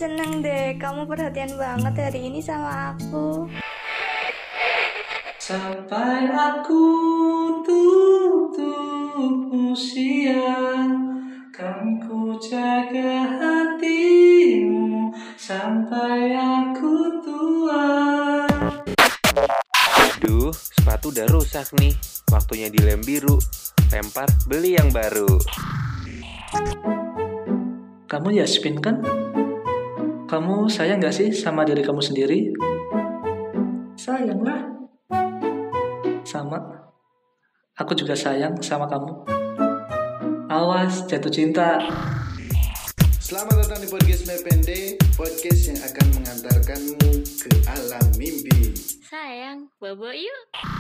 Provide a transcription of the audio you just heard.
seneng deh, kamu perhatian banget hari ini sama aku. Sampai aku tutup usia, kan ku jaga hatimu sampai aku tua. Duh, sepatu udah rusak nih. Waktunya dilem biru. Lempar, beli yang baru. Kamu Yasmin kan? Kamu sayang gak sih sama diri kamu sendiri? Sayang lah. Sama. Aku juga sayang sama kamu. Awas jatuh cinta. Selamat datang di podcast Mepende, podcast yang akan mengantarkanmu ke alam mimpi. Sayang, bobo yuk.